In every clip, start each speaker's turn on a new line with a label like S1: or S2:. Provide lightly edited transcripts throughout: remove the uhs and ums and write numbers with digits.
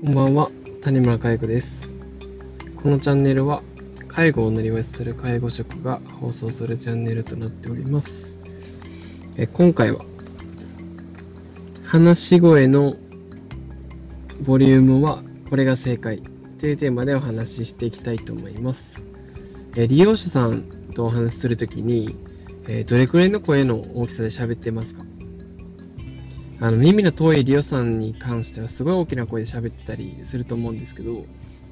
S1: こんばんは、谷村佳子です。このチャンネルは、介護をなりわいする介護職が放送するチャンネルとなっております。今回は、話し声のボリュームはこれが正解というテーマでお話ししていきたいと思います。利用者さんとお話しするときに、どれくらいの声の大きさで喋ってますか？耳の遠い利用者さんに関してはすごい大きな声で喋ってたりすると思うんですけど、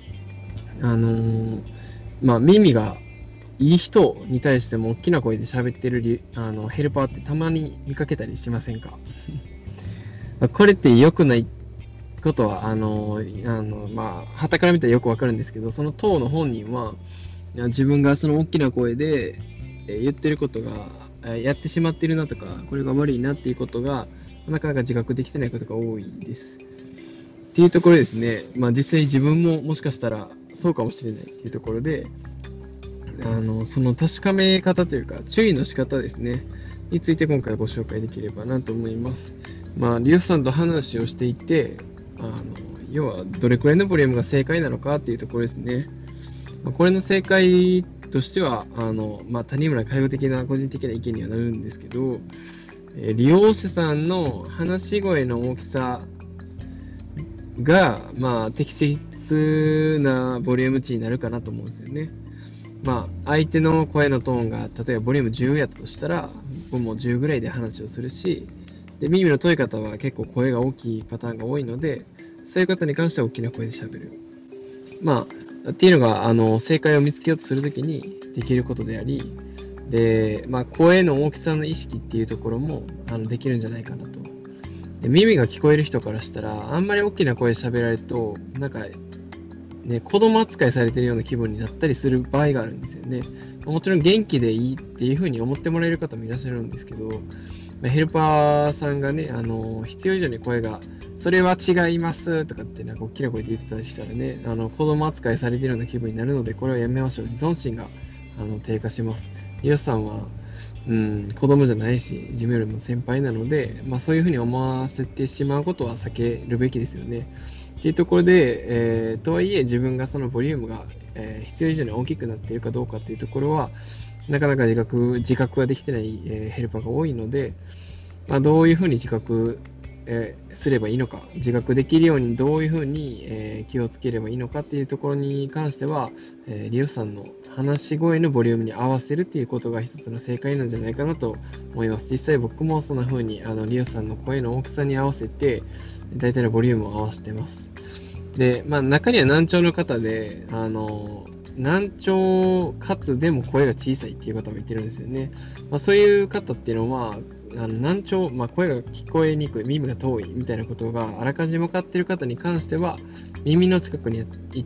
S1: 耳がいい人に対しても大きな声で喋ってるヘルパーってたまに見かけたりしませんか？これって良くないことは、傍から見たらよくわかるんですけど、その当の本人は、自分がその大きな声で言ってることが、やってしまってるなとか、これが悪いなっていうことが、なかなか自覚できてないことが多いです。っていうところですね、実際自分ももしかしたらそうかもしれないっていうところで、その確かめ方というか、注意の仕方ですね、について今回ご紹介できればなと思います。利用者さんと話をしていて、要はどれくらいのボリュームが正解なのかっていうところですね。これの正解としては、谷村介護的な個人的な意見にはなるんですけど、利用者さんの話し声の大きさが、適切なボリューム値になるかなと思うんですよね。相手の声のトーンが、例えばボリューム10やったとしたら、僕も10ぐらいで話をするし、で、耳の遠い方は結構声が大きいパターンが多いので、そういう方に関しては大きな声で喋る。っていうのが、正解を見つけようとするときにできることであり、で、声の大きさの意識っていうところもできるんじゃないかなと。で、耳が聞こえる人からしたら、あんまり大きな声で喋られると、子供扱いされてるような気分になったりする場合があるんですよね。もちろん元気でいいっていう風に思ってもらえる方もいらっしゃるんですけど、ヘルパーさんがね、必要以上に声が、それは違いますとかって大きな声で言ってたりしたらね、子供扱いされてるような気分になるので、これはやめましょう。自尊心が低下します。利用者さんは、子供じゃないし、自分よりも先輩なので、そういうふうに思わせてしまうことは避けるべきですよね。っていうところで、とはいえ自分がそのボリュームが、必要以上に大きくなっているかどうかっていうところは、なかなか自覚ができてない、ヘルパーが多いので、どういうふうに自覚、すればいいのか、自覚できるようにどういうふうに、気をつければいいのかっていうところに関しては、利用者さんの話し声のボリュームに合わせるっていうことが一つの正解なんじゃないかなと思います。実際僕もそんな風に利用者さんの声の大きさに合わせて大体のボリュームを合わせてます。で、中には難聴の方で、難聴かつでも声が小さいっていう方もいてるんですよね。そういう方っていうのは、難聴、声が聞こえにくい、耳が遠いみたいなことがあらかじめ分かっている方に関しては、耳の近くに行って、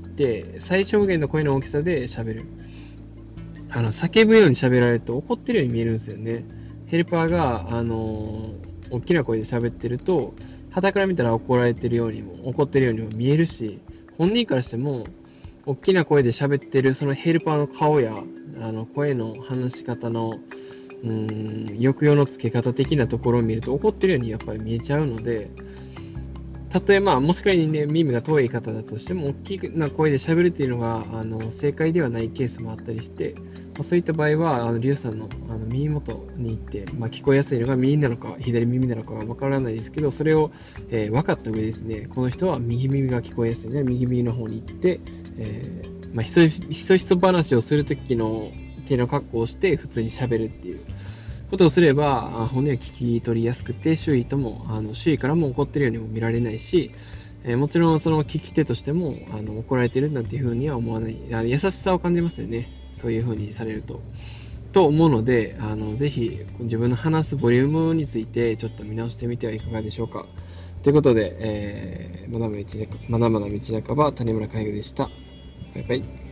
S1: 最小限の声の大きさで喋る。叫ぶように喋られると怒ってるように見えるんですよね。ヘルパーが、大きな声で喋ってると、傍から見たら怒られてるようにも、怒ってるようにも見えるし、本人からしても、大きな声で喋ってるそのヘルパーの顔や、声の話し方の、抑揚のつけ方的なところを見ると怒ってるようにやっぱり見えちゃうので、たとえもし仮にね、耳が遠い方だとしても、大きな声で喋るっていうのが、正解ではないケースもあったりして、そういった場合は、利用者さんの耳元に行って、聞こえやすいのが右なのか、左耳なのかはわからないですけど、それを、分かった上ですね、この人は右耳が聞こえやすいので、右耳の方に行って、ひそひそ話をするときの手の格好をして、普通に喋るっていうことをすれば、本人は聞き取りやすくて、周囲からも怒ってるようにも見られないし、もちろんその聞き手としても怒られてるなんていうふうには思わない、優しさを感じますよね。そういうふうにされると。と思うので、ぜひ自分の話すボリュームについてちょっと見直してみてはいかがでしょうか。ということで、まだまだ道半ば、谷村海部でした。バイバイ。